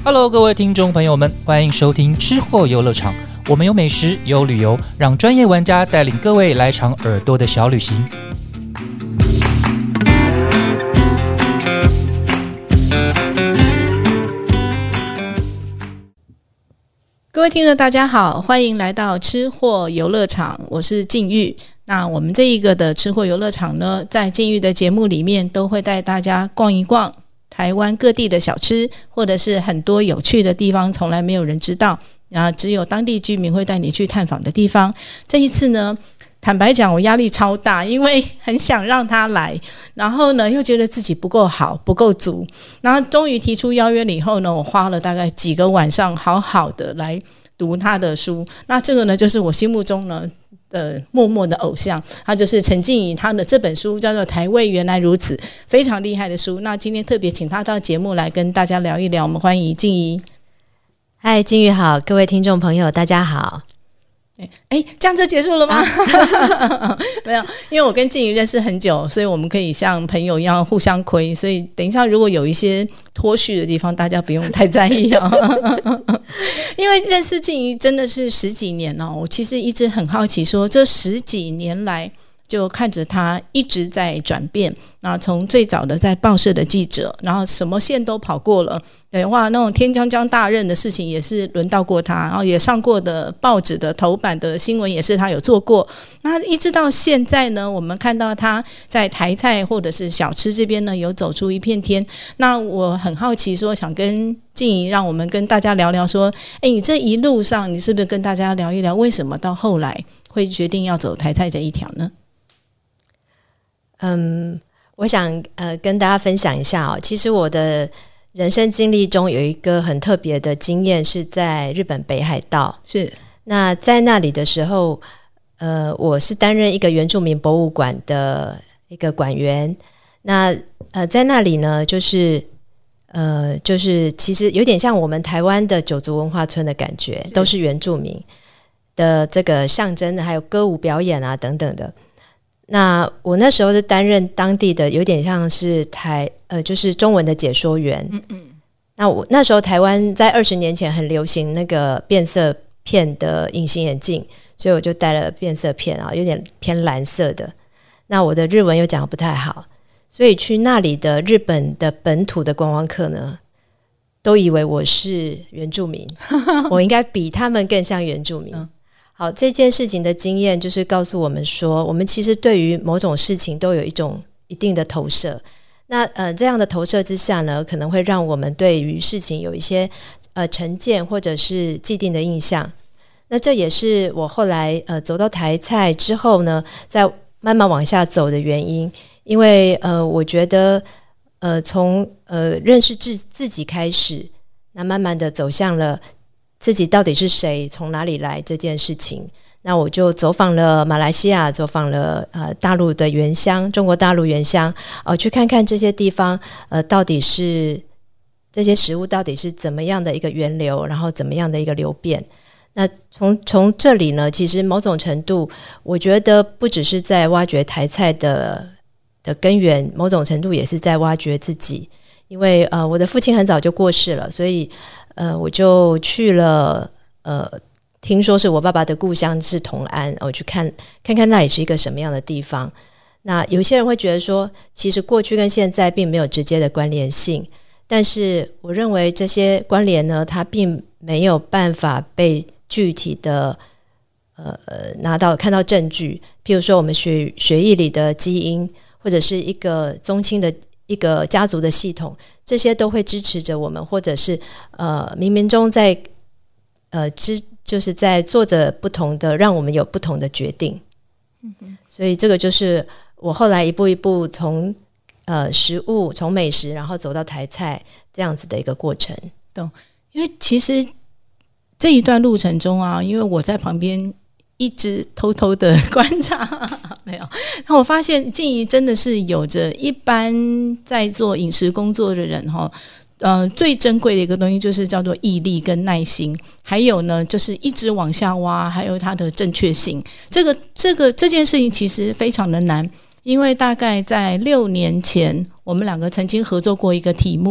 Hello， 各位听众朋友们，欢迎收听吃货游乐场。我们有美食，有旅游，让专业玩家带领各位来场耳朵的小旅行。 各位听众大家好，欢迎来到吃货游乐场，我是静玉。那我们这一个的吃货游乐场呢，在静玉的节目里面都会带大家逛一逛台湾各地的小吃，或者是很多有趣的地方从来没有人知道，然后只有当地居民会带你去探访的地方。这一次呢，坦白讲我压力超大，因为很想让他来，然后呢又觉得自己不够好不够足，然后终于提出邀约了以后呢，我花了大概几个晚上好好的来读他的书。那这个呢就是我心目中呢的默默的偶像，他就是陈静怡，他的这本书叫做《台味原来如此》，非常厉害的书。那今天特别请他到节目来跟大家聊一聊，我们欢迎静怡。 嗨，静玉好，各位听众朋友大家好。 这样就结束了吗？没有，因为我跟静怡认识很久，所以我们可以像朋友一样互相亏，所以等一下如果有一些脱序的地方，大家不用太在意因为认识静怡真的是十几年我其实一直很好奇说，这十几年来就看着他一直在转变，然后从最早的在报社的记者，然后什么线都跑过了，对，哇，那种天将降大任的事情也是轮到过他，然后也上过的报纸的头版的新闻也是他有做过。那一直到现在呢，我们看到他在台菜或者是小吃这边呢有走出一片天。那我很好奇说，想跟静怡让我们跟大家聊聊说，你这一路上你是不是跟大家聊一聊，为什么到后来会决定要走台菜这一条呢？ 我想跟大家分享一下其实我的人生经历中有一个很特别的经验，是在日本北海道。 是， 那在那里的时候我是担任一个原住民博物馆的一个馆员。那在那里呢，就是其实有点像我们台湾的九族文化村的感觉，都是原住民的这个象征的，还有歌舞表演啊等等的。那我那时候是担任当地的有点像是就是中文的解说员。那我那时候台湾在20年前很流行那个变色片的隐形眼镜，所以我就戴了变色片有点偏蓝色的。那我的日文又讲得不太好，所以去那里的日本的本土的观光客呢，都以为我是原住民我应该比他们更像原住民。好，这件事情的经验就是告诉我们说，我们其实对于某种事情都有一种一定的投射。那这样的投射之下呢，可能会让我们对于事情有一些成见或者是既定的印象。那这也是我后来走到台菜之后呢，再慢慢往下走的原因。因为我觉得从认识自己开始，那慢慢的走向了自己到底是谁，从哪里来这件事情。那我就走访了马来西亚，走访了大陆的原乡，中国大陆原乡去看看这些地方到底是这些食物到底是怎么样的一个源流，然后怎么样的一个流变。那从这里呢，其实某种程度我觉得不只是在挖掘台菜的根源，某种程度也是在挖掘自己。因为我的父亲很早就过世了，所以我就去了听说是我爸爸的故乡是同安，我去看看那里是一个什么样的地方。那有些人会觉得说，其实过去跟现在并没有直接的关联性，但是我认为这些关联呢，它并没有办法被具体的看到证据。譬如说我们血液里的基因，或者是一个宗亲的一个家族的系统，这些都会支持着我们，或者是冥冥中在就是在做着不同的，让我们有不同的决定。所以这个就是我后来一步一步从食物，从美食，然后走到台菜这样子的一个过程。 懂，因为其实这一段路程中因为我在旁边一直偷偷的观察没有，那我发现静怡真的是有着一般在做饮食工作的人最珍贵的一个东西就是叫做毅力跟耐心，还有呢就是一直往下挖，还有它的正确性。这件事情其实非常的难，因为大概在6年前我们两个曾经合作过一个题目，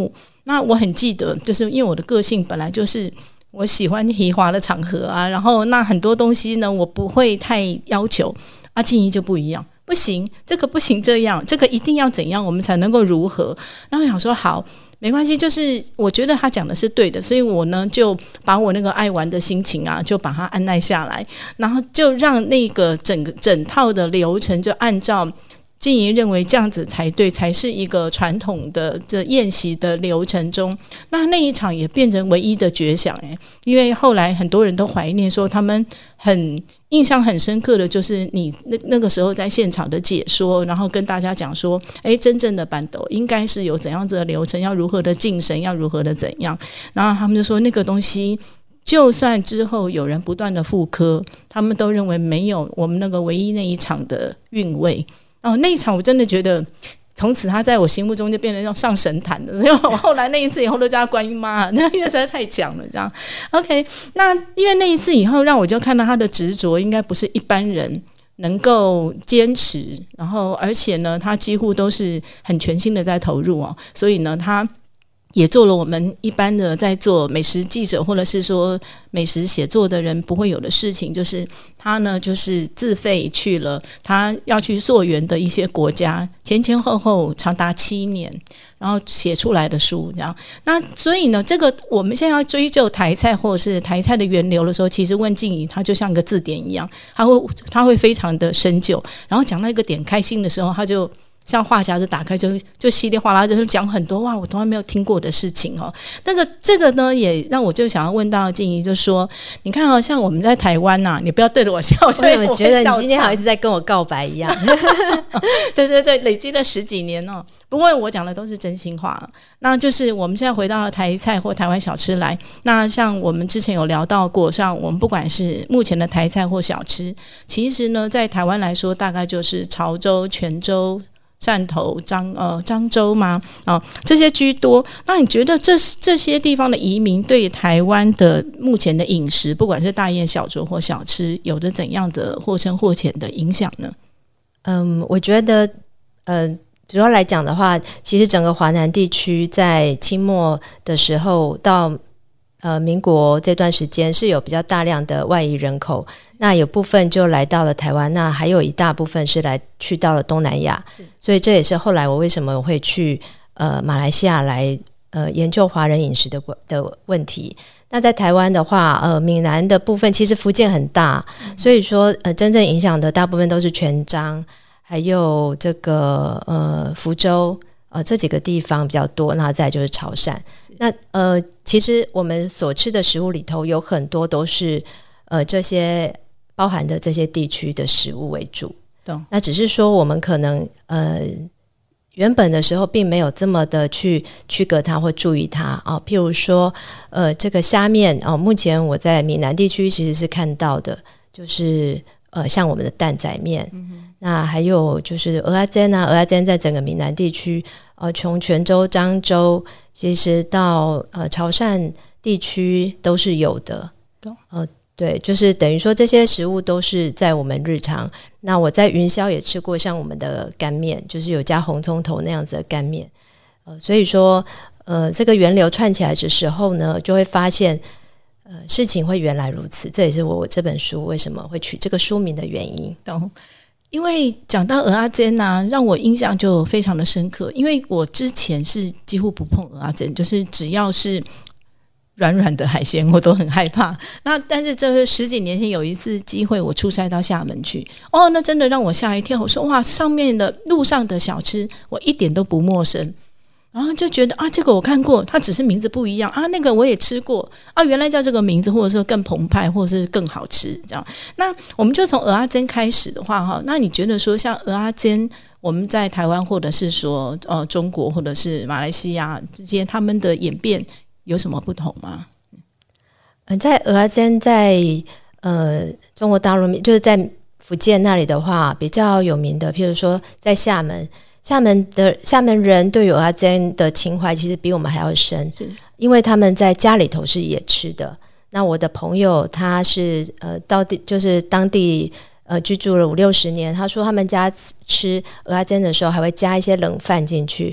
那我很记得，就是因为我的个性本来就是我喜欢皮滑的场合啊，然后那很多东西呢，我不会太要求。静怡就不一样，不行，这个不行，这样，这个一定要怎样，我们才能够如何？然后我想说好。没关系，就是我觉得他讲的是对的，所以我呢就把我那个爱玩的心情啊，就把它按耐下来，然后就让那个整套的流程就按照静怡认为这样子才对，才是一个传统的这宴席的流程中，那一场也变成唯一的绝响因为后来很多人都怀念说他们很印象很深刻的就是你那个时候在现场的解说，然后跟大家讲说真正的板斗应该是有怎样子的流程，要如何的敬神，要如何的怎样，然后他们就说那个东西就算之后有人不断的复刻，他们都认为没有我们那个唯一那一场的韵味那一场我真的觉得从此他在我心目中就变成要上神坛了，所以我后来那一次以后都叫他观音妈，因为实在太强了这样。 OK， 那因为那一次以后让我就看到他的执着应该不是一般人能够坚持，然后而且呢他几乎都是很全心的在投入所以呢他也做了我们一般的在做美食记者或者是说美食写作的人不会有的事情，就是他呢就是自费去了他要去溯源的一些国家，前前后后长达7年，然后写出来的书这样。那所以呢这个我们现在要追究台菜或者是台菜的源流的时候，其实问静怡他就像个字典一样，他会非常的深究，然后讲到一个点开心的时候，他就像话匣子打开就稀里哗啦就讲很多哇我从来没有听过的事情这个呢也让我就想要问到静怡，就说你看像我们在台湾你不要对着我笑， 我怎么觉得你今天好像一直在跟我告白一样对对对，累积了10几年不过我讲的都是真心话。那就是我们现在回到台菜或台湾小吃来，那像我们之前有聊到过，像我们不管是目前的台菜或小吃，其实呢在台湾来说大概就是潮州、泉州、汕头、漳州吗这些居多。那你觉得这些地方的移民对台湾的目前的饮食，不管是大宴小酌或小吃，有着怎样的或深或浅的影响呢？ 我觉得主要来讲的话，其实整个华南地区在清末的时候到民国这段时间是有比较大量的外移人口，那有部分就来到了台湾，那还有一大部分是去到了东南亚，所以这也是后来我为什么会去马来西亚来研究华人饮食的问题。那在台湾的话闽南的部分其实福建很大，所以说真正影响的大部分都是泉漳还有这个福州这几个地方比较多，那再就是潮汕。那其实我们所吃的食物里头有很多都是这些包含的这些地区的食物为主，那只是说我们可能原本的时候并没有这么的去区隔它或注意它譬如说这个虾面目前我在闽南地区其实是看到的，就是像我们的担仔面，那还有就是蚵仔煎蚵仔煎在整个闽南地区从泉州、漳州其实到潮汕地区都是有的对，就是等于说这些食物都是在我们日常。那我在云霄也吃过像我们的干面，就是有加红葱头那样子的干面所以说这个源流串起来的时候呢，就会发现事情会原来如此，这也是我这本书为什么会取这个书名的原因。 懂。因为讲到蚵仔煎让我印象就非常的深刻，因为我之前是几乎不碰蚵仔煎，就是只要是软软的海鲜我都很害怕。那但是这10几年前有一次机会我出差到厦门去那真的让我吓一跳，我说哇，上面的路上的小吃我一点都不陌生，然后就觉得这个我看过，它只是名字不一样那个我也吃过原来叫这个名字，或者说更澎湃或者是更好吃这样。那我们就从蚵仔煎开始的话那你觉得说像蚵仔煎我们在台湾或者是说中国或者是马来西亚之间他们的演变有什么不同吗？ 在蚵仔煎在中国大陆就是在福建那里的话比较有名的，譬如说在厦门人对于蚵仔煎的情怀其实比我们还要深，因为他们在家里头是也吃的。那我的朋友他是就是当地居住了50-60年，他说他们家吃蚵仔煎的时候还会加一些冷饭进去，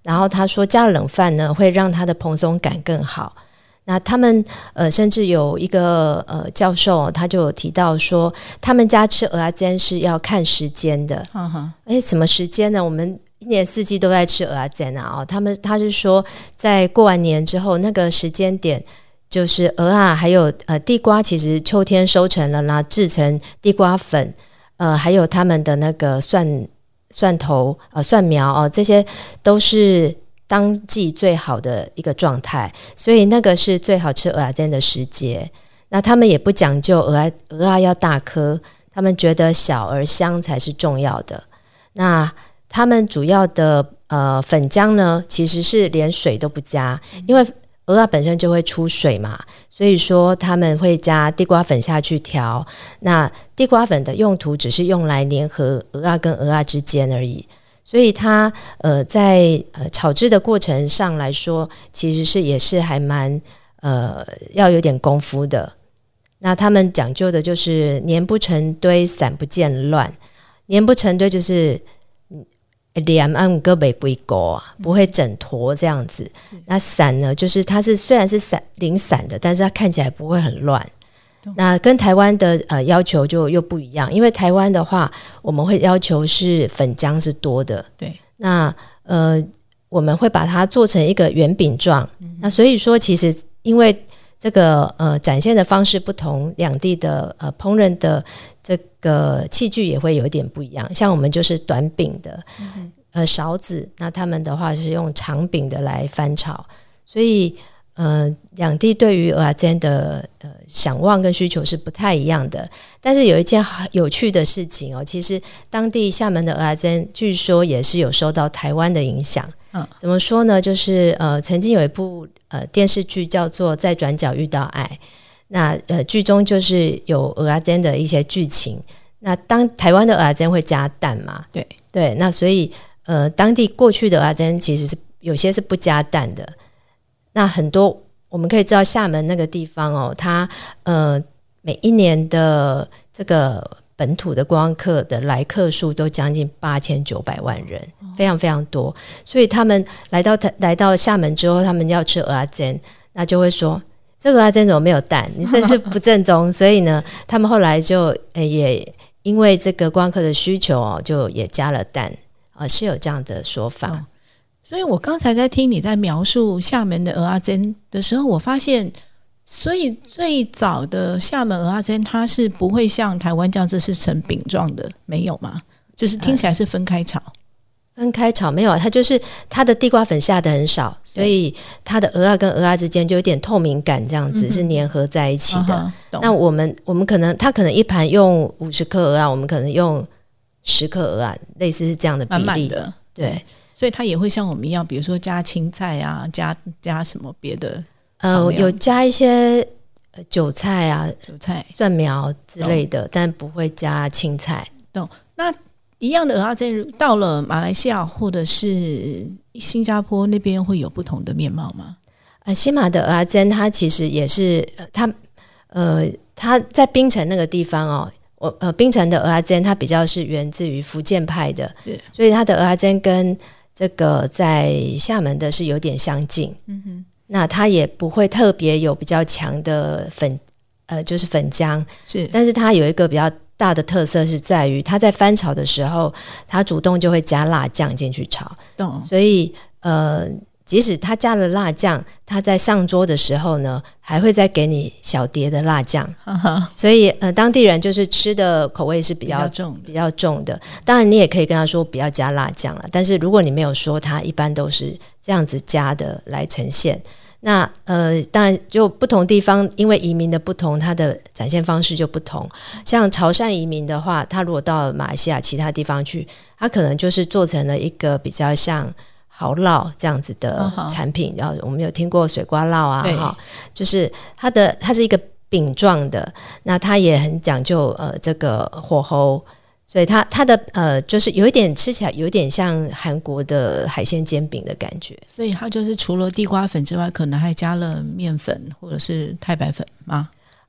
然后他说加了冷饭呢会让它的蓬松感更好。那他们甚至有一个教授他就有提到说他们家吃蚵仔煎是要看时间的。什么时间呢？我们一年四季都在吃蚵仔煎啊。他是说在过完年之后那个时间点，就是蚵仔还有地瓜其实秋天收成了啦，制成地瓜粉，还有他们的那个蒜头蒜苗这些都是当季最好的一个状态，所以那个是最好吃蚵仔煎的时节。那他们也不讲究蚵仔要大颗，他们觉得小而香才是重要的。那他们主要的粉浆呢，其实是连水都不加，因为蚵仔本身就会出水嘛，所以说他们会加地瓜粉下去调。那地瓜粉的用途只是用来粘合蚵仔跟蚵仔之间而已。所以它在炒制的过程上来说，其实是也是还蛮要有点功夫的。那他们讲究的就是黏不成堆，散不见乱。黏不成堆就是连按个没归勾不会整坨这样子。那散呢，就是它是虽然是零散的，但是它看起来不会很乱。那跟台湾的要求就又不一样，因为台湾的话我们会要求是粉浆是多的， 对。 那我们会把它做成一个圆饼状，那所以说其实因为这个展现的方式不同，两地的烹饪的这个器具也会有一点不一样。像我们就是短柄的勺子，那他们的话是用长柄的来翻炒，所以两地对于蚵仔煎的想望跟需求是不太一样的。但是有一件有趣的事情其实当地厦门的蚵仔煎据说也是有受到台湾的影响。怎么说呢？就是曾经有一部电视剧叫做《在转角遇到爱》，那剧中就是有蚵仔煎的一些剧情。那当台湾的蚵仔煎会加蛋嘛？对，那所以当地过去的蚵仔煎其实是有些是不加蛋的。那很多我们可以知道厦门那个地方它每一年的这个本土的观光客的来客数都将近8900万人，非常非常多。所以他们来到厦门之后，他们要吃蚵仔煎，那就会说这个蚵仔煎怎么没有蛋？你这是不正宗。所以呢，他们后来就也因为这个观光客的需求就也加了蛋是有这样的说法。 所以我刚才在听你在描述厦门的蚵仔煎的时候，我发现所以最早的厦门蚵仔煎它是不会像台湾这样子是成饼状的，没有吗？就是听起来是分开炒。 分开炒没有，它就是它的地瓜粉下的很少，所以它的蚵仔跟蚵仔之间就有点透明感，这样子是粘合在一起的。那我们可能它可能一盘用50克蚵仔，我们可能用10克蚵仔，类似是这样的比例， 满满的。 对， 所以它也会像我们一样，比如说加青菜啊，加什么别的有加一些韭菜啊、蒜苗之类的，但不会加青菜。 懂。那一样的蚵仔煎到了马来西亚或者是新加坡那边会有不同的面貌吗？ 新马的蚵仔煎它其实也是它在槟城那个地方槟城的蚵仔煎它比较是源自于福建派的，所以它的蚵仔煎跟这个在厦门的是有点相近。那它也不会特别有比较强的就是粉浆，但是它有一个比较大的特色是在于它在翻炒的时候，它主动就会加辣酱进去炒。所以即使它加了辣酱，它在上桌的时候呢，还会再给你小碟的辣酱。所以当地人就是吃的口味是比较重的。当然你也可以跟他说不要加辣酱了，但是如果你没有说，它一般都是这样子加的来呈现。那当然就不同地方因为移民的不同，它的展现方式就不同。像潮汕移民的话，他如果到马来西亚其他地方去，他可能就是做成了一个比较像蚝烙这样子的产品，然后我们有听过水瓜烙啊，就是它是一个饼状的，那它也很讲究这个火候，所以它的就是有一点吃起来有点像韩国的海鲜煎饼的感觉。 所以它就是除了地瓜粉之外，可能还加了面粉或者是太白粉吗？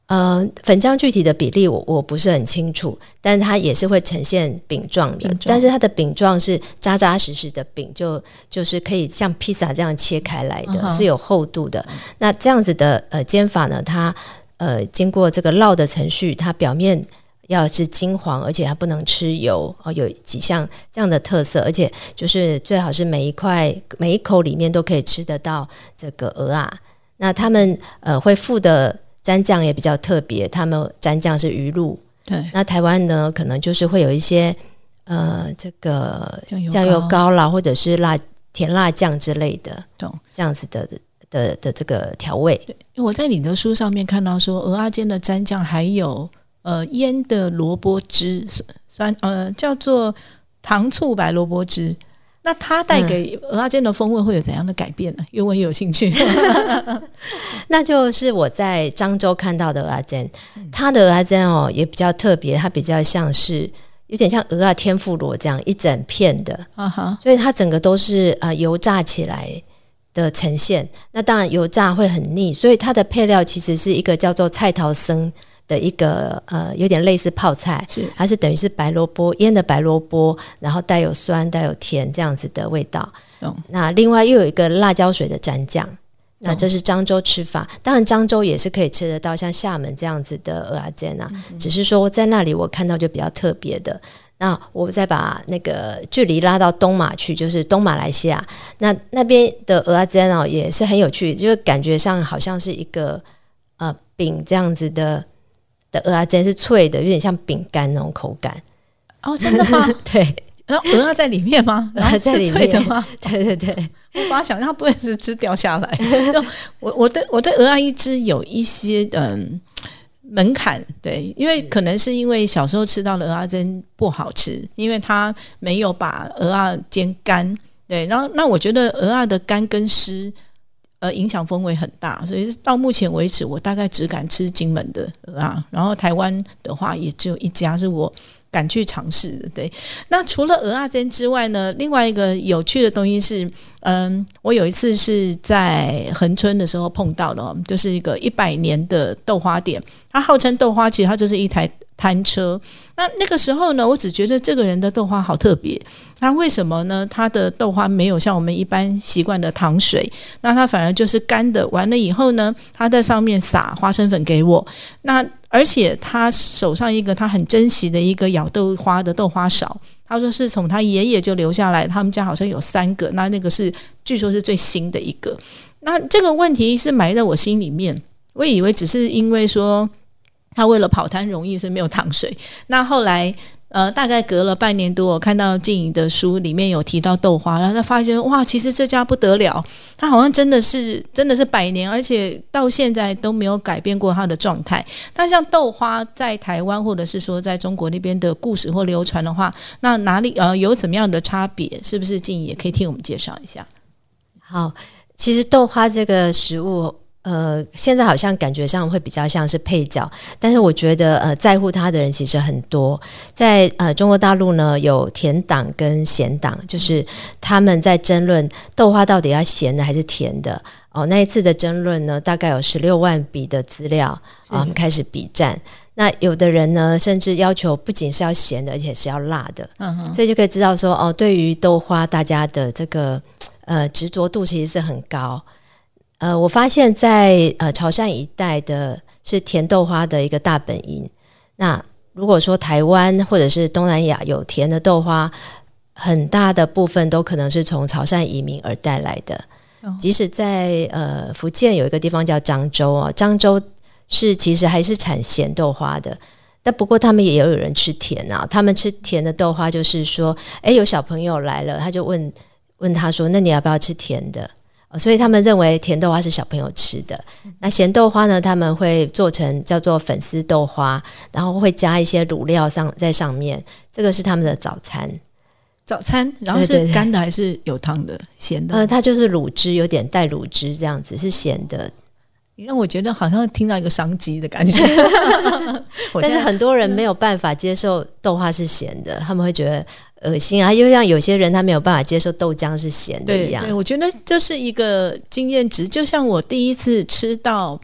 粉浆具体的比例我不是很清楚，但它也是会呈现饼状的，但是它的饼状是扎扎实实的饼，就是可以像披萨这样切开来的，是有厚度的。那这样子的煎法呢，它经过这个烙的程序，它表面要是金黄，而且它不能吃油，有几项这样的特色，而且就是最好是每一口里面都可以吃得到这个蚵仔。那他们会附的蘸酱也比较特别，他们蘸酱是鱼露， 对。 那台湾呢，可能就是会有一些这个酱油膏啦，或者是甜辣酱之类的，这样子的这个调味。 对，因为我在你的书上面看到说，蚵仔煎的蘸酱还有腌的萝卜汁，叫做糖醋白萝卜汁。那它带给蚵仔煎的风味会有怎样的改变呢？因为我也有兴趣。 那就是我在漳州看到的蚵仔煎，它的蚵仔煎也比较特别，它比较像是有点像蚵仔天妇罗这样一整片的，所以它整个都是油炸起来的呈现。那当然油炸会很腻，所以它的配料其实是一个叫做菜头僧的一个有点类似泡菜，它是等于是白萝卜腌的白萝卜，然后带有酸带有甜这样子的味道。那另外又有一个辣椒水的蘸酱，那这是漳州吃法。当然漳州也是可以吃得到像厦门这样子的蚵仔煎啊，只是说在那里我看到就比较特别的。那我再把那个距离拉到东马去，就是东马来西亚，那边的蚵仔煎也是很有趣，就是感觉上好像是一个饼这样子的蚵仔煎，是脆的，有点像饼干那种口感。 真的吗？ 对。 然后蚵仔在里面吗？然后是脆的吗？ 对对对， 我把它想象它不会是汁掉下来。我对蚵仔一汁有一些门槛，对，因为可能是因为小时候吃到的蚵仔煎不好吃，因为它没有把蚵仔煎干，对，然后那我觉得蚵仔的干跟湿影响风味很大，所以到目前为止我大概只敢吃金门的蚵仔，然后台湾的话也只有一家是我敢去尝试的。对，那除了蚵仔煎之外呢，另外一个有趣的东西是我有一次是在恒春的时候碰到的，就是一个100年的豆花店，它号称豆花，其实它就是一台摊车。那个时候呢，我只觉得这个人的豆花好特别。那为什么呢？他的豆花没有像我们一般习惯的糖水，那它反而就是干的，完了以后呢，他在上面撒花生粉给我。那而且他手上一个他很珍惜的一个咬豆花的豆花勺，他说是从他爷爷就留下来，他们家好像有3个，那个是据说是最新的一个。那这个问题是埋在我心里面，我以为只是因为说他为了跑摊容易，所以没有糖水。那后来大概隔了半年多，我看到静怡的书里面有提到豆花，然后他发现哇，其实这家不得了，他好像真的是100年，而且到现在都没有改变过他的状态。但像豆花在台湾或者是说在中国那边的故事或流传的话，那哪里有怎么样的差别？是不是静怡也可以听我们介绍一下？ 好，其实豆花这个食物现在好像感觉上会比较像是配角，但是我觉得在乎它的人其实很多。在中国大陆呢，有甜党跟咸党，就是他们在争论豆花到底要咸的还是甜的。那一次的争论呢，大概有16万笔的资料开始比战。那有的人呢，甚至要求不仅是要咸的，而且是要辣的。所以就可以知道说，对于豆花大家的这个执着度其实是很高。我发现在潮汕一带的是甜豆花的一个大本营。那如果说台湾或者是东南亚有甜的豆花，很大的部分都可能是从潮汕移民而带来的。即使在福建有一个地方叫漳州漳州是其实还是产咸豆花的，但不过他们也有人吃甜他们吃甜的豆花就是说，有小朋友来了，他就问他说，那你要不要吃甜的？所以他们认为甜豆花是小朋友吃的。那咸豆花呢，他们会做成叫做粉丝豆花，然后会加一些卤料在上面，这个是他们的早餐。 然后是干的还是有汤的？咸的？ 它就是卤汁，有点带卤汁这样子，是咸的。 你让我觉得好像听到一个商机的感觉。 但是很多人没有办法接受豆花是咸的，他们会觉得恶心啊，又像有些人他没有办法接受豆浆是咸的一样。 对，我觉得这是一个经验值，就像我第一次吃到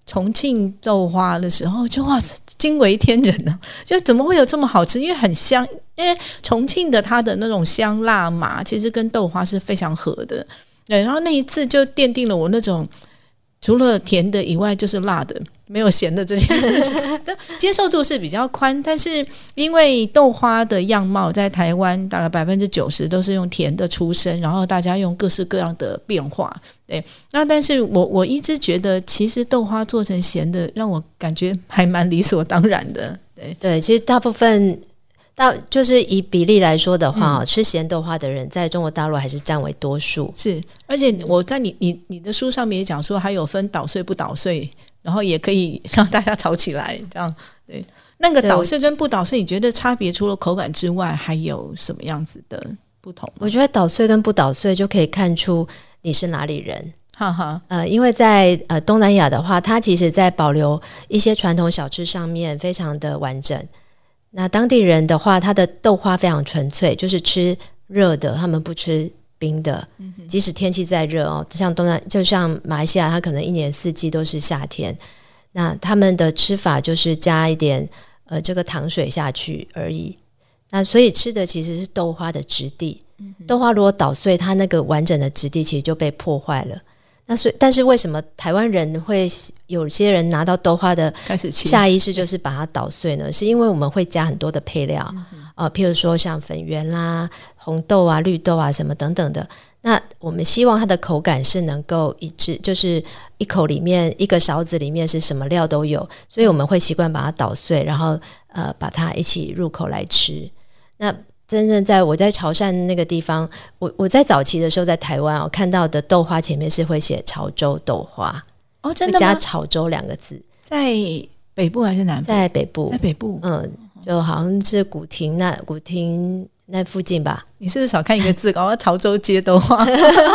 重庆豆花的时候，就哇惊为天人呢、就怎么会有这么好吃？因为很香，因为重庆的它的那种香辣麻，其实跟豆花是非常合的。对，然后那一次就奠定了我那种除了甜的以外就是辣的，没有咸的这件事情，接受度是比较宽。但是因为豆花的样貌在台湾大概90%都是用甜的出身，然后大家用各式各样的变化。对，那但是我一直觉得，其实豆花做成咸的，让我感觉还蛮理所当然的。 对，其实大部分就是以比例来说的话、吃咸豆花的人在中国大陆还是占为多数。 是，而且我在你的书上面也讲说，还有分捣碎不捣碎，然后也可以让大家吵起来，这样。对，那个捣碎跟不捣碎，你觉得差别除了口感之外，还有什么样子的不同？ 我觉得捣碎跟不捣碎就可以看出你是哪里人。 哈哈， 因为在东南亚的话，它其实在保留一些传统小吃上面非常的完整。那当地人的话，他的豆花非常纯粹，就是吃热的，他们不吃冰的。即使天气再热哦，就像马来西亚，它可能一年四季都是夏天。那他们的吃法就是加一点这个糖水下去而已。那所以吃的其实是豆花的质地。豆花如果捣碎，它那个完整的质地其实就被破坏了。但是为什么台湾人会有些人拿到豆花的下意识就是把它捣碎呢？是因为我们会加很多的配料，譬如说像粉圆啦、红豆啊、绿豆啊什么等等的。那我们希望它的口感是能够一致，就是一口里面一个勺子里面是什么料都有，所以我们会习惯把它捣碎，然后把它一起入口来吃。那真正我在潮汕那个地方，我在早期的时候在台湾看到的豆花前面是会写潮州豆花。 哦，真的吗？ 加潮州2个字。 在北部还是南部？ 在北部。 在北部， 就好像是古亭那附近吧。 你是不是少看一个字，搞到潮州街豆花？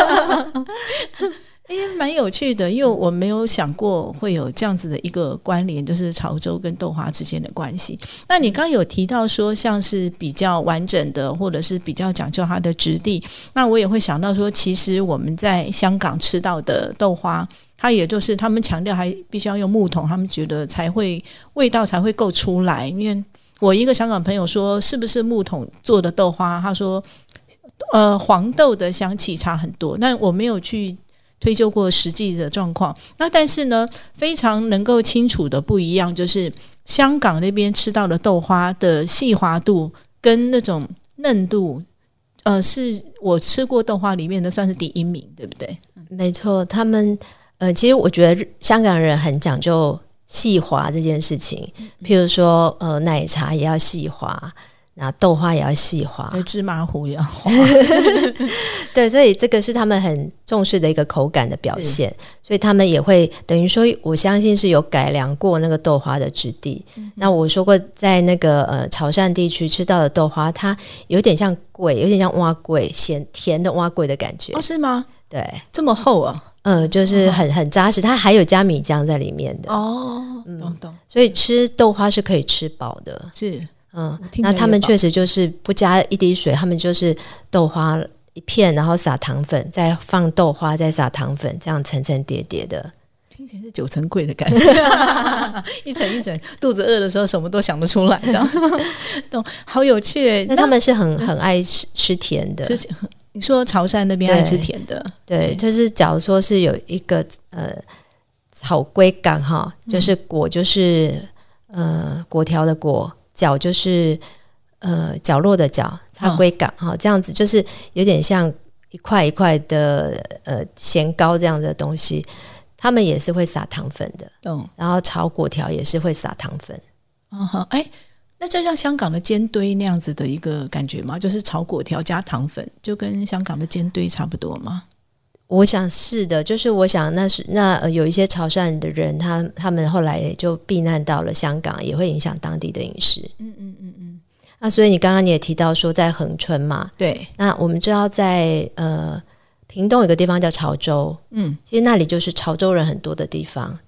蛮有趣的，因为我没有想过会有这样子的一个关联，就是潮州跟豆花之间的关系。那你刚刚有提到说像是比较完整的，或者是比较讲究它的质地，那我也会想到说，其实我们在香港吃到的豆花，它也就是他们强调还必须要用木桶，他们觉得味道才会够出来。因为我一个香港朋友说是不是木桶做的豆花，他说黄豆的香气差很多，那我没有去推究过实际的状况。那但是呢，非常能够清楚的不一样，就是香港那边吃到的豆花的细滑度跟那种嫩度，是我吃过豆花里面的算是第一名，对不对？ 没错，他们其实我觉得香港人很讲究细滑这件事情，譬如说奶茶也要细滑，那豆花也要细滑， 芝麻糊也要滑。 对，所以这个是他们很重视的一个口感的表现，所以他们也会等于说，我相信是有改良过那个豆花的质地。那我说过，在那个潮汕地区吃到的豆花，它有点像粿，有点像蛙粿，甜的蛙粿的感觉。 哦，是吗？ 对， 这么厚啊？ 就是很扎实，它还有加米浆在里面的。 哦，懂。 所以吃豆花是可以吃饱的。 是。 那他们确实就是不加一滴水，他们就是豆花一片，然后撒糖粉，再放豆花，再撒糖粉，这样层层叠叠的， 听起来是9层粿的感觉，一层一层，肚子饿的时候什么都想得出来的，懂？好有趣耶。 那他们是很爱吃甜的。 你说潮汕那边爱吃甜的， 对，就是假如说是有一个草龟港哈，就是果就是果条的果。角就是角落的角，草龟港哈，这样子就是有点像一块一块的咸糕这样的东西，他们也是会撒糖粉的，然后炒粿条也是会撒糖粉。 那就像香港的煎堆那样子的一个感觉吗？就是炒粿条加糖粉，就跟香港的煎堆差不多吗？ 我想是的，就是我想有一些潮汕的人，他们后来也就避难到了香港，也会影响当地的饮食。那所以你刚刚也提到说在恒春嘛， 对。 那我们知道在屏东有个地方叫潮州，其实那里就是潮州人很多的地方。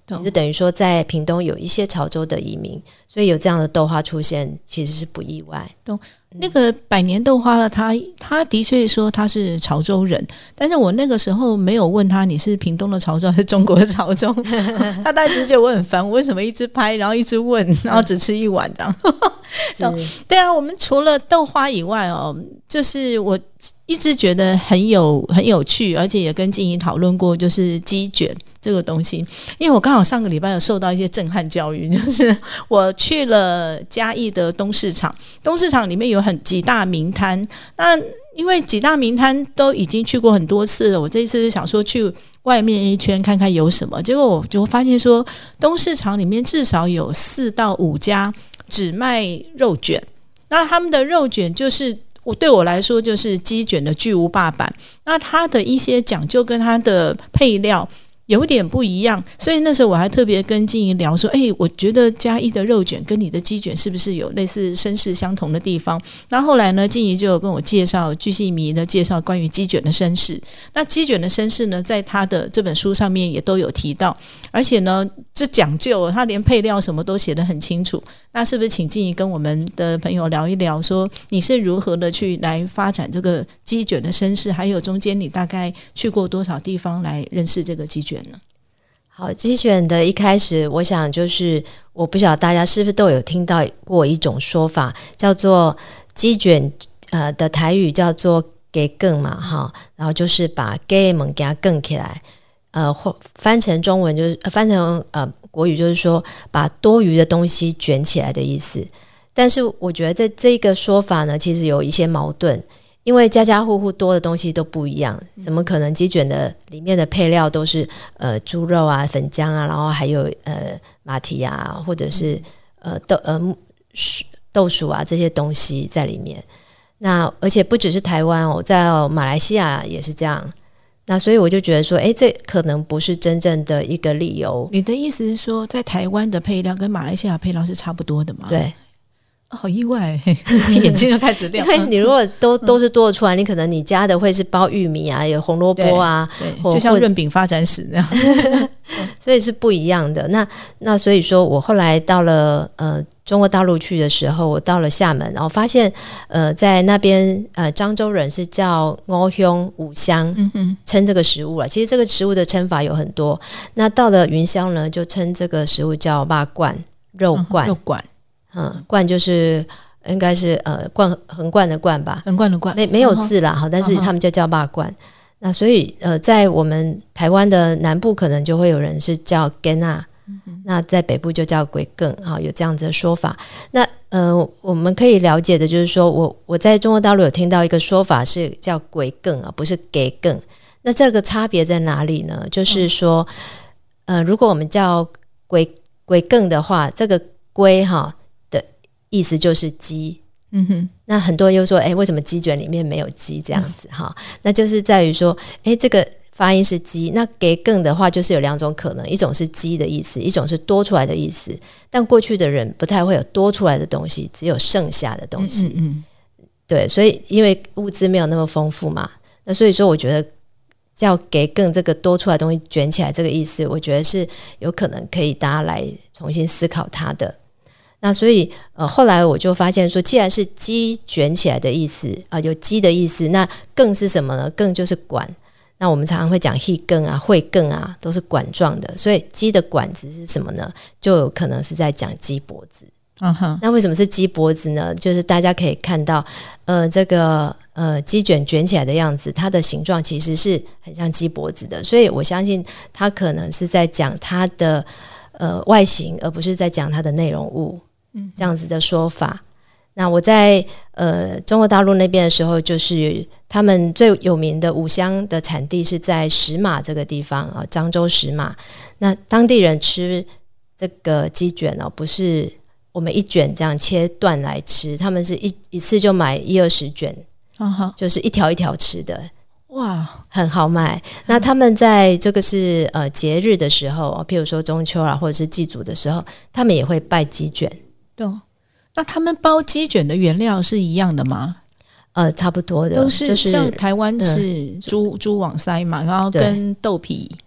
就等于说在屏东有一些潮州的移民，所以有这样的豆花出现其实是不意外。 那个百年豆花了，他的确说他是潮州人，但是我那个时候没有问他你是屏东的潮州还是中国的潮州他大概只觉得我很烦，我为什么一直拍然后一直问，然后只吃一碗这样对啊，我们除了豆花以外就是我一直觉得很有趣，而且也跟静怡讨论过，就是鸡卷这个东西。因为我刚好上个礼拜有受到一些震撼教育，就是我去了嘉义的东市场里面有几大名摊，那因为几大名摊都已经去过很多次了，我这一次想说去外面一圈看看有什么，结果我就发现说东市场里面至少有4到5家只卖肉卷，那他们的肉卷就是对我来说就是鸡卷的巨无霸版，那它的一些讲究跟它的配料有点不一样，所以那时候我还特别跟静怡聊说我觉得嘉义的肉卷跟你的鸡卷是不是有类似身世相同的地方。那后来呢，静怡就有跟我介绍巨细靡的介绍关于鸡卷的身世，那鸡卷的身世呢在他的这本书上面也都有提到，而且呢这讲究他连配料什么都写得很清楚。那是不是请静怡跟我们的朋友聊一聊，说你是如何的去来发展这个鸡卷的身世，还有中间你大概去过多少地方来认识这个鸡卷呢？ 好，鸡卷的一开始我想就是我不晓得大家是不是都有听到过一种说法，叫做鸡卷的台语叫做给更嘛然后就是把给门给它更起来，翻成中文就是翻成国语就是说把多余的东西卷起来的意思。但是我觉得这个说法呢其实有一些矛盾，因为家家户户多的东西都不一样，怎么可能鸡卷的里面的配料都是猪肉啊粉浆啊，然后还有马蹄啊或者是豆薯啊这些东西在里面。那而且不只是台湾在马来西亚也是这样。那所以我就觉得说这可能不是真正的一个理由。 你的意思是说在台湾的配料跟马来西亚配料是差不多的吗？ 对好意外眼睛就开始亮。 因为你如果都是多出来，你可能你加的会是包玉米啊有红萝卜啊， 对，就像润饼发展史那样所以是不一样的。那所以说我后来到了中国大陆去的时候，我到了厦门，然后发现在那边漳州人是叫五香五香称这个食物了。其实这个食物的称法有很多，那到了云乡呢就称这个食物叫肉罐罐就是应该是横贯的贯吧， 横贯的贯没有字啦但是他们就叫肉罐。那所以在我们台湾的南部可能就会有人是叫根啊，那在北部就叫鬼更有这样子的说法。那我们可以了解的就是说我在中国大陆有听到一个说法是叫鬼更不是给更。那这个差别在哪里呢？就是说如果我们叫鬼更的话，这个龟的意思就是鸡。那很多人又说为什么鸡卷里面没有鸡这样子那就是在于说这个发音是鸡。那给更的话就是有2种可能，一种是鸡的意思，一种是多出来的意思。但过去的人不太会有多出来的东西，只有剩下的东西。对，所以因为物资没有那么丰富嘛，那所以说我觉得叫给更这个多出来的东西卷起来这个意思，我觉得是有可能可以大家来重新思考它的。那所以后来我就发现说，既然是鸡卷起来的意思有鸡的意思，那更是什么呢？更就是管。那我们常常会讲细更啊会更啊都是管状的，所以鸡的管子是什么呢？就有可能是在讲鸡脖子。那为什么是鸡脖子呢？就是大家可以看到这个鸡卷卷起来的样子，它的形状其实是很像鸡脖子的，所以我相信它可能是在讲它的外形，而不是在讲它的内容物这样子的说法。那我在中国大陆那边的时候，就是他们最有名的五香的产地是在石马这个地方漳州石马。那当地人吃这个鸡卷不是我们一卷这样切段来吃，他们是一次就买10-20卷就是一条一条吃的。哇，很豪迈。那他们在这个是节日的时候，譬如说中秋或者是祭祖的时候，他们也会拜鸡卷。 对，那他们包鸡卷的原料是一样的吗？ 差不多的， 都是、就是像台湾是猪网塞嘛，然后跟豆皮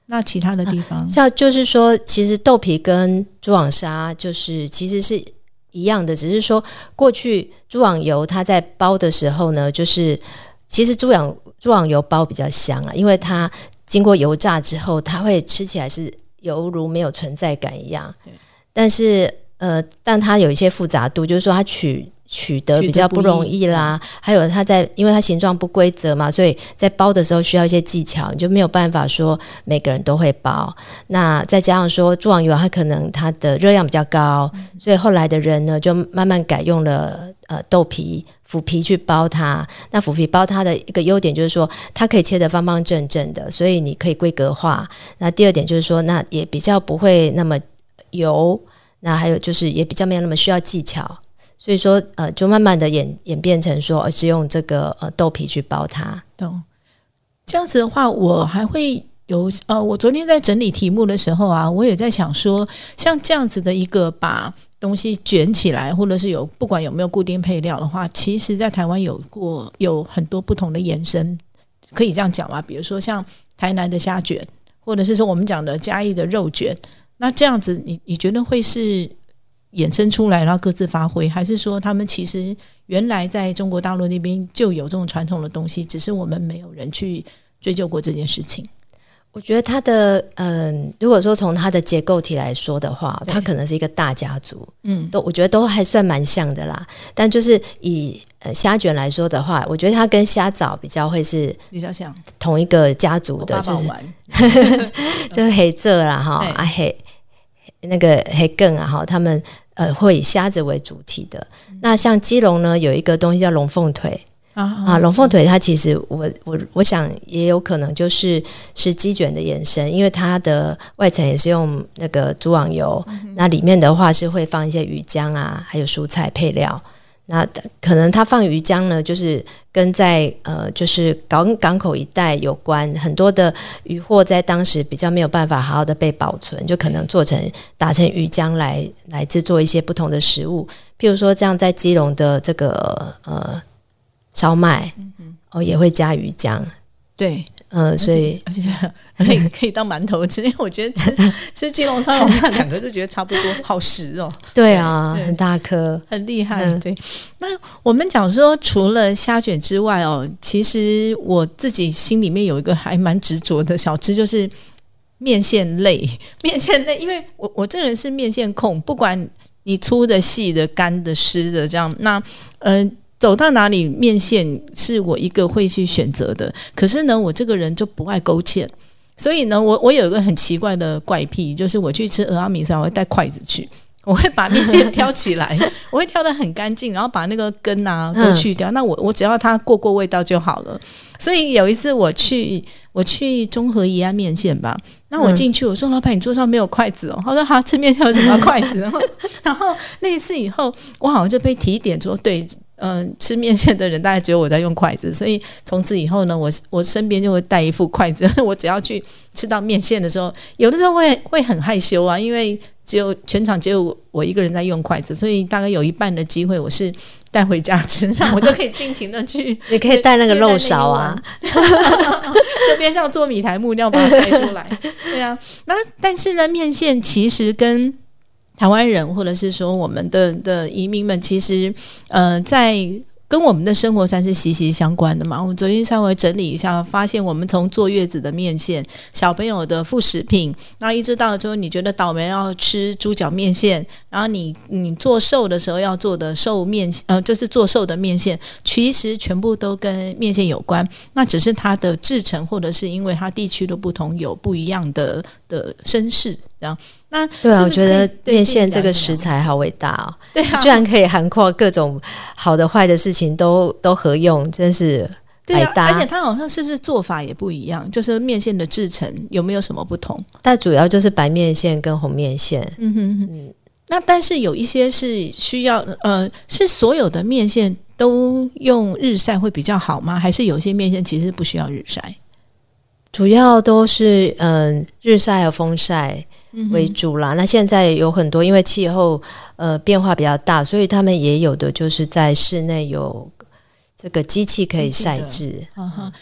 那其他的地方， 像就是说，其实豆皮跟猪网纱就是其实是一样的，只是说过去猪网油它在包的时候呢，就是其实猪网油包比较香啦，因为它经过油炸之后，它会吃起来是犹如没有存在感一样。但是但它有一些复杂度，就是说它取得比较不容易啦，还有它因为它形状不规则嘛，所以在包的时候需要一些技巧，你就没有办法说每个人都会包。那再加上说猪网油它可能它的热量比较高，所以后来的人呢就慢慢改用了豆皮腐皮去包它。那腐皮包它的一个优点就是说它可以切得方方正正的，所以你可以规格化。那第二点就是说那也比较不会那么油，那还有就是也比较没有那么需要技巧。所以说就慢慢的演变成说是用这个豆皮去包它。 懂。这样子的话我还会有我昨天在整理题目的时候啊，我也在想说像这样子的一个把东西卷起来，或者是不管有没有固定配料的话，其实在台湾有很多不同的延伸，可以这样讲吗？比如说像台南的虾卷，或者是说我们讲的嘉义的肉卷，那这样子你觉得会是衍生出来然后各自发挥，还是说他们其实原来在中国大陆那边就有这种传统的东西，只是我们没有人去追究过这件事情？ 我觉得它的如果说从它的结构体来说的话，它可能是一个大家族，我觉得都还算蛮像的啦。但就是以虾卷来说的话，我觉得它跟虾枣比较会是比较像同一个家族的，就是就是黑色啦哈，黑那个黑更啊哈，他们会以虾子为主体的。那像基隆呢，有一个东西叫龙凤腿。龙凤腿它其实我想也有可能是鸡卷的延伸，因为它的外层也是用那个猪网油，那里面的话是会放一些鱼浆啊，还有蔬菜配料。那可能它放鱼浆呢，就是跟在就是港口一带有关，很多的渔获在当时比较没有办法好好的被保存，就可能打成鱼浆来制作一些不同的食物。譬如说这样在基隆的这个烧麦也会加鱼浆， 对， 所以而且可以当馒头吃，因为我觉得吃基隆烧，我看两个就觉得差不多，好实哦。 对啊，很大颗， 很厉害。对，那我们讲说，除了虾卷之外其实我自己心里面有一个还蛮执着的小吃，就是面线类。面线类，因为我这人是面线控，不管你粗的、细的、干的、湿的，这样那走到哪里面线是我一个会去选择的，可是呢我这个人就不爱勾芡，所以呢我有一个很奇怪的怪癖，就是我去吃蚵仔米线我会带筷子去，我会把面线挑起来我会挑得很干净，然后把那个根啊都去掉，那我只要它过味道就好了。所以有一次我去中和宜安面线吧，那我进去我说老板你桌上没有筷子他说好，吃面线有什么筷子然后那一次以后我好像就被提点说对吃面线的人大概只有我在用筷子，所以从此以后呢我身边就会带一副筷子我只要去吃到面线的时候，有的时候会很害羞啊，因为全场只有我一个人在用筷子，所以大概有一半的机会我是带回家吃，那我就可以尽情的去你可以带那个肉勺啊就边上做米苔木那样把它筛出来对啊，那但是呢面线其实跟台湾人或者是说我们的移民们其实在跟我们的生活算是息息相关的嘛。我们昨天稍微整理一下，发现我们从坐月子的面线、小朋友的副食品，然后一直到说你觉得倒霉要吃猪脚面线，然后你做寿的时候要做的寿面就是做寿的面线，其实全部都跟面线有关，那只是它的制成或者是因为它地区的不同有不一样的身世这样。那对啊，我觉得面线这个食材好伟大哦， 对啊， 居然可以涵括各种好的坏的事情都合用，真是百搭。 而且它好像是不是做法也不一样，就是面线的制成有没有什么不同？ 但主要就是白面线跟红面线。 那但是有一些是需要是所有的面线都用日晒会比较好吗？还是有些面线其实不需要日晒？ 主要都是日晒和风晒为主啦。那现在有很多因为气候变化比较大，所以他们也有的就是在室内有这个机器可以晒制。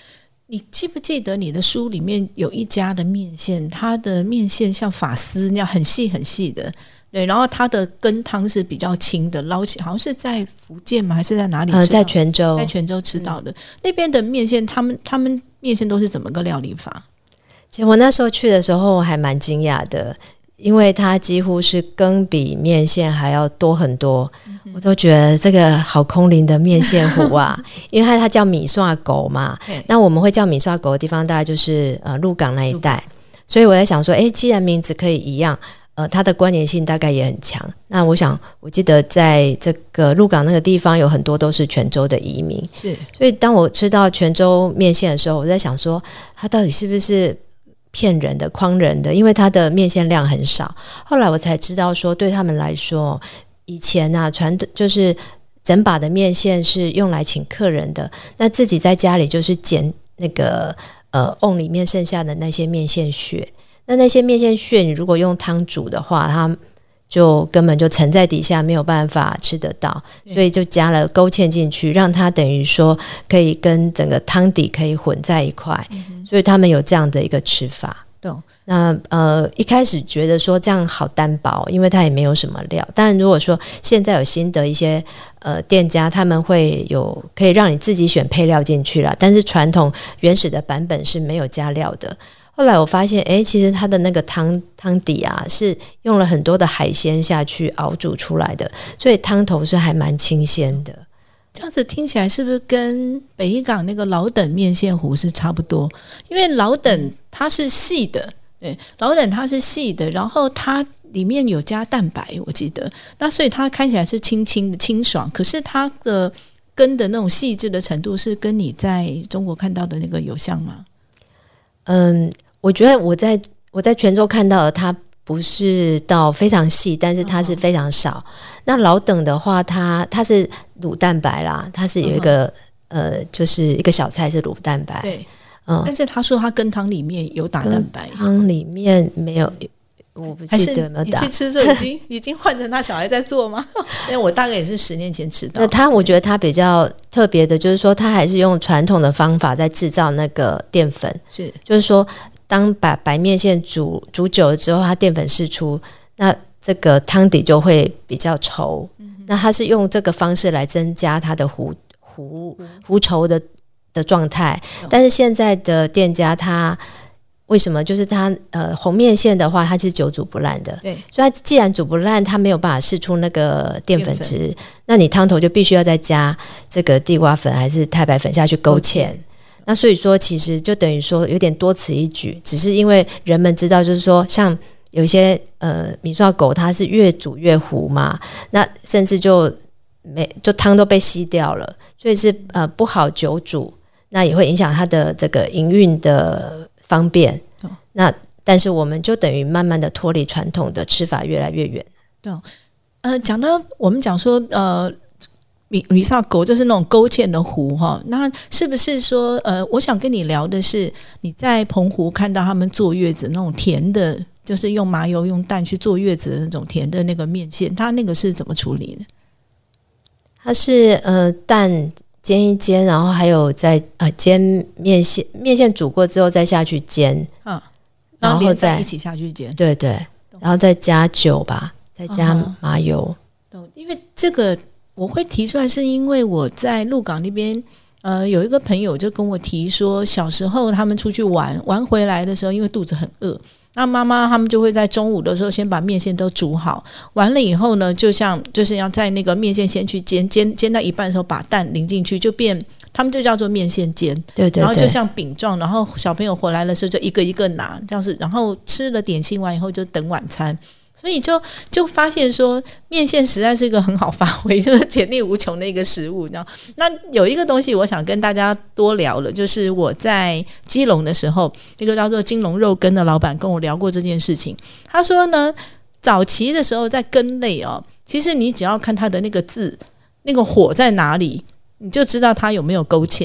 你记不记得你的书里面有一家的面线，它的面线像发丝那样很细很细的，对，然后它的羹汤是比较轻的，捞起好像是在福建吗？还是在哪里吃到？ 在泉州， 在泉州吃到的。那边的面线，他们面线都是怎么个料理法？ 其实我那时候去的时候还蛮惊讶的，因为它几乎是羹比面线还要多很多，我都觉得这个好空灵的面线糊啊，因为它叫米刷狗嘛，那我们会叫米刷狗的地方大概就是鹿港那一带，所以我在想说，既然名字可以一样，它的关联性大概也很强。那我记得在这个鹿港那个地方有很多都是泉州的移民， 是， 所以当我吃到泉州面线的时候，我在想说，它到底是不是骗人的、诓人的？因为它的面线量很少。后来我才知道说，对他们来说，以前啊，就是整把的面线是用来请客人的，那自己在家里就是捡那个瓮里面剩下的那些面线屑。那些面线屑，你如果用汤煮的话，它就根本就沉在底下，没有办法吃得到，所以就加了勾芡进去，让它等于说可以跟整个汤底可以混在一块，所以他们有这样的一个吃法。那一开始觉得说这样好单薄，因为它也没有什么料。当然如果说现在有新的一些店家，他们会有可以让你自己选配料进去啦，但是传统原始的版本是没有加料的。后来我发现其实它的那个汤底啊是用了很多的海鲜下去熬煮出来的，所以汤头是还蛮清鲜的。 这样子听起来是不是跟北一港那个老等面线糊是差不多？因为老等它是细的，对，老等它是细的，然后它里面有加蛋白，我记得，那所以它看起来是轻轻的清爽，可是它的羹的那种细致的程度是跟你在中国看到的那个有像吗？ 我觉得我在泉州看到的它不是到非常细，但是它是非常少。那老等的话，它是卤蛋白啦，它是有一个就是一个小菜是卤蛋白， 对，但是他说他羹汤里面有打蛋白， 汤里面没有，我不记得有没有打。 你去吃的时候已经换成他小孩在做吗？因为我大概也是10年前吃到。 那我觉得它比较特别的就是说，它还是用传统的方法在制造那个淀粉， 是， 就是说当把白面线煮久了之后，它淀粉释出，那这个汤底就会比较稠。那它是用这个方式来增加它的糊稠的状态。但是现在的店家它为什么就是它红面线的话，它是久煮不烂的， 对， 所以它既然煮不烂，它没有办法释出那个淀粉质，那你汤头就必须要再加这个地瓜粉还是太白粉下去勾芡。那所以说其实就等于说有点多此一举，只是因为人们知道就是说像有一些米刷狗它是越煮越糊嘛，那甚至就汤都被吸掉了，所以是不好久煮，那也会影响它的这个营运的方便。那但是我们就等于慢慢的脱离传统的吃法越来越远。 对，讲到我们讲说米刷狗就是那种勾芡的糊哈，那是不是说我想跟你聊的是你在澎湖看到他们坐月子那种甜的，就是用麻油用蛋去坐月子的那种甜的那个面线，它那个是怎么处理的？ 它是蛋煎一煎，然后还有再煎面线煮过之后再下去煎， 然后再一起下去煎， 对对，然后再加酒吧，再加麻油。 因为这个我会提出来，是因为我在鹿港那边，有一个朋友就跟我提说，小时候他们出去玩回来的时候，因为肚子很饿，那妈妈他们就会在中午的时候先把面线都煮好，完了以后呢，就是要在那个面线先去煎到一半的时候，把蛋淋进去，就变他们就叫做面线煎， 对对对， 然后就像饼状，然后小朋友回来的时候就一个一个拿，这样子，然后吃了点心完以后就等晚餐。所以就发现说面线实在是一个很好发挥，就是潜力无穷的一个食物。那有一个东西我想跟大家多聊了，就是我在基隆的时候，一个叫做金龙肉羹的老板跟我聊过这件事情。他说呢，早期的时候在羹类其实你只要看它的那个字，那个火在哪里，你就知道它有没有勾芡。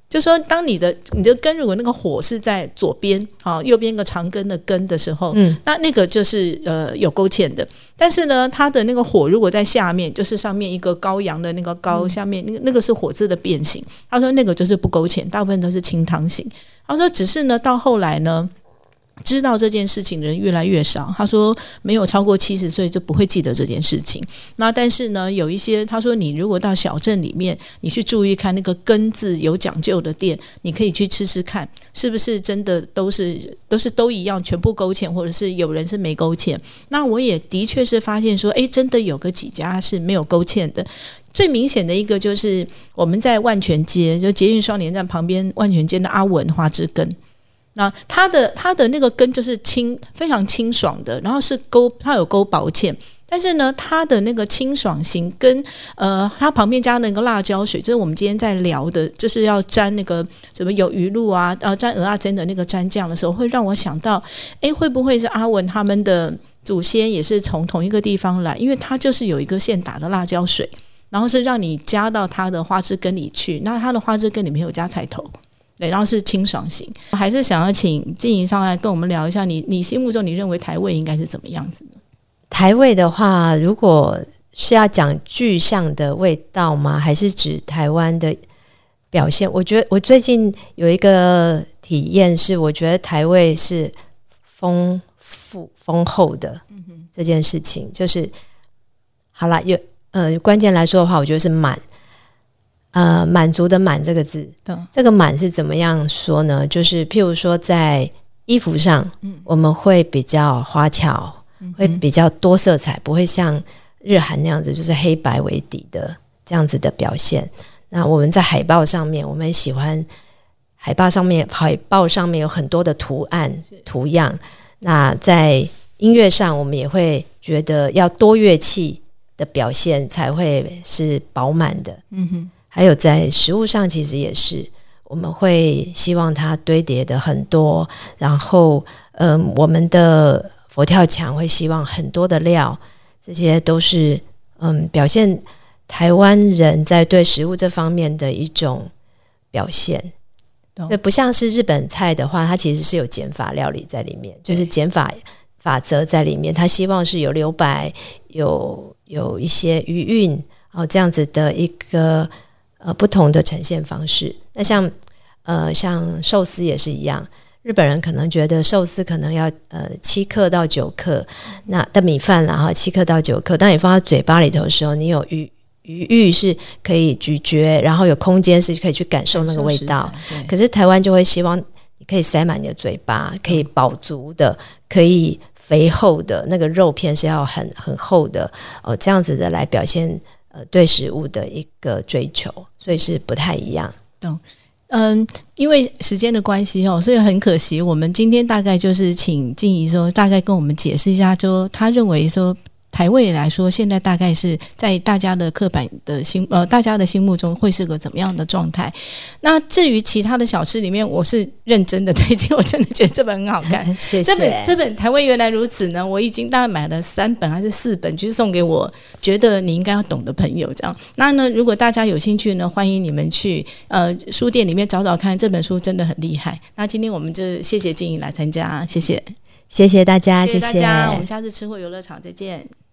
就说当你的根如果那个火是在左边右边一个长根的根的时候，那个就是有勾芡的。但是呢它的那个火如果在下面，就是上面一个羔羊的那个羔，下面那个是火字的变形，他说那个就是不勾芡，大部分都是清汤型。他说只是呢到后来呢知道这件事情的人越来越少，他说没有超过70岁就不会记得这件事情。那但是呢有一些他说你如果到小镇里面，你去注意看那个根字有讲究的店，你可以去吃吃看是不是真的都一样全部勾芡，或者是有人是没勾芡。那我也的确是发现说真的有个几家是没有勾芡的。最明显的一个就是我们在万泉街，就捷运双连站旁边万泉街的阿文花枝羹，那它的那个根就是非常清爽的，然后是它有勾薄芡，但是呢它的那个清爽型跟它旁边加那个辣椒水，就是我们今天在聊的，就是要沾那个什么有鱼露啊沾蚵仔煎的那个蘸酱的时候，会让我想到会不会是阿文他们的祖先也是从同一个地方来，因为它就是有一个现打的辣椒水，然后是让你加到它的花枝羹里去，那它的花枝羹里面有加菜头，对，然后是清爽型。还是想要请静怡上来跟我们聊一下，你心目中你认为台味应该是怎么样子呢？ 台味的话，如果是要讲具象的味道吗？还是指台湾的表现？我觉得我最近有一个体验是，我觉得台味是丰富丰厚的这件事情，就是好啦，关键来说的话，我觉得是满。满足的满这个字，这个满是怎么样说呢？就是譬如说在衣服上，我们会比较花俏，会比较多色彩，不会像日韩那样子就是黑白为底的这样子的表现。那我们在海报上面，我们也喜欢海报上面有很多的图案图样。那在音乐上，我们也会觉得要多乐器的表现才会是饱满的。还有在食物上其实也是，我们会希望它堆叠的很多，然后我们的佛跳墙会希望很多的料，这些都是表现台湾人在对食物这方面的一种表现。所以不像是日本菜的话，它其实是有减法料理在里面，就是减法则在里面，它希望是有留白，有一些余韵这样子的一个不同的呈现方式。那像寿司也是一样，日本人可能觉得寿司可能要7克到9克那的米饭啦7克到9克，当你放到嘴巴里头的时候，你有余裕是可以咀嚼，然后有空间是可以去感受那个味道。可是台湾就会希望你可以塞满你的嘴巴，可以饱足的，可以肥厚的，那个肉片是要很厚的这样子的来表现对食物的一个追求，所以是不太一样。 因为时间的关系所以很可惜，我们今天大概就是请静怡说，大概跟我们解释一下，说他认为说台味来说，现在大概是在大家的刻板的大家的心目中会是个怎么样的状态？那至于其他的小吃里面，我是认真的推荐，我真的觉得这本很好看。 谢谢。 这本台味原来如此呢，我已经大概买了3本还是4本，就是送给我觉得你应该要懂的朋友这样。那呢，如果大家有兴趣呢，欢迎你们去书店里面找找看，这本书真的很厉害。那今天我们就谢谢静怡来参加，谢谢大家， 谢谢大家， 我们下次吃货游乐场再见。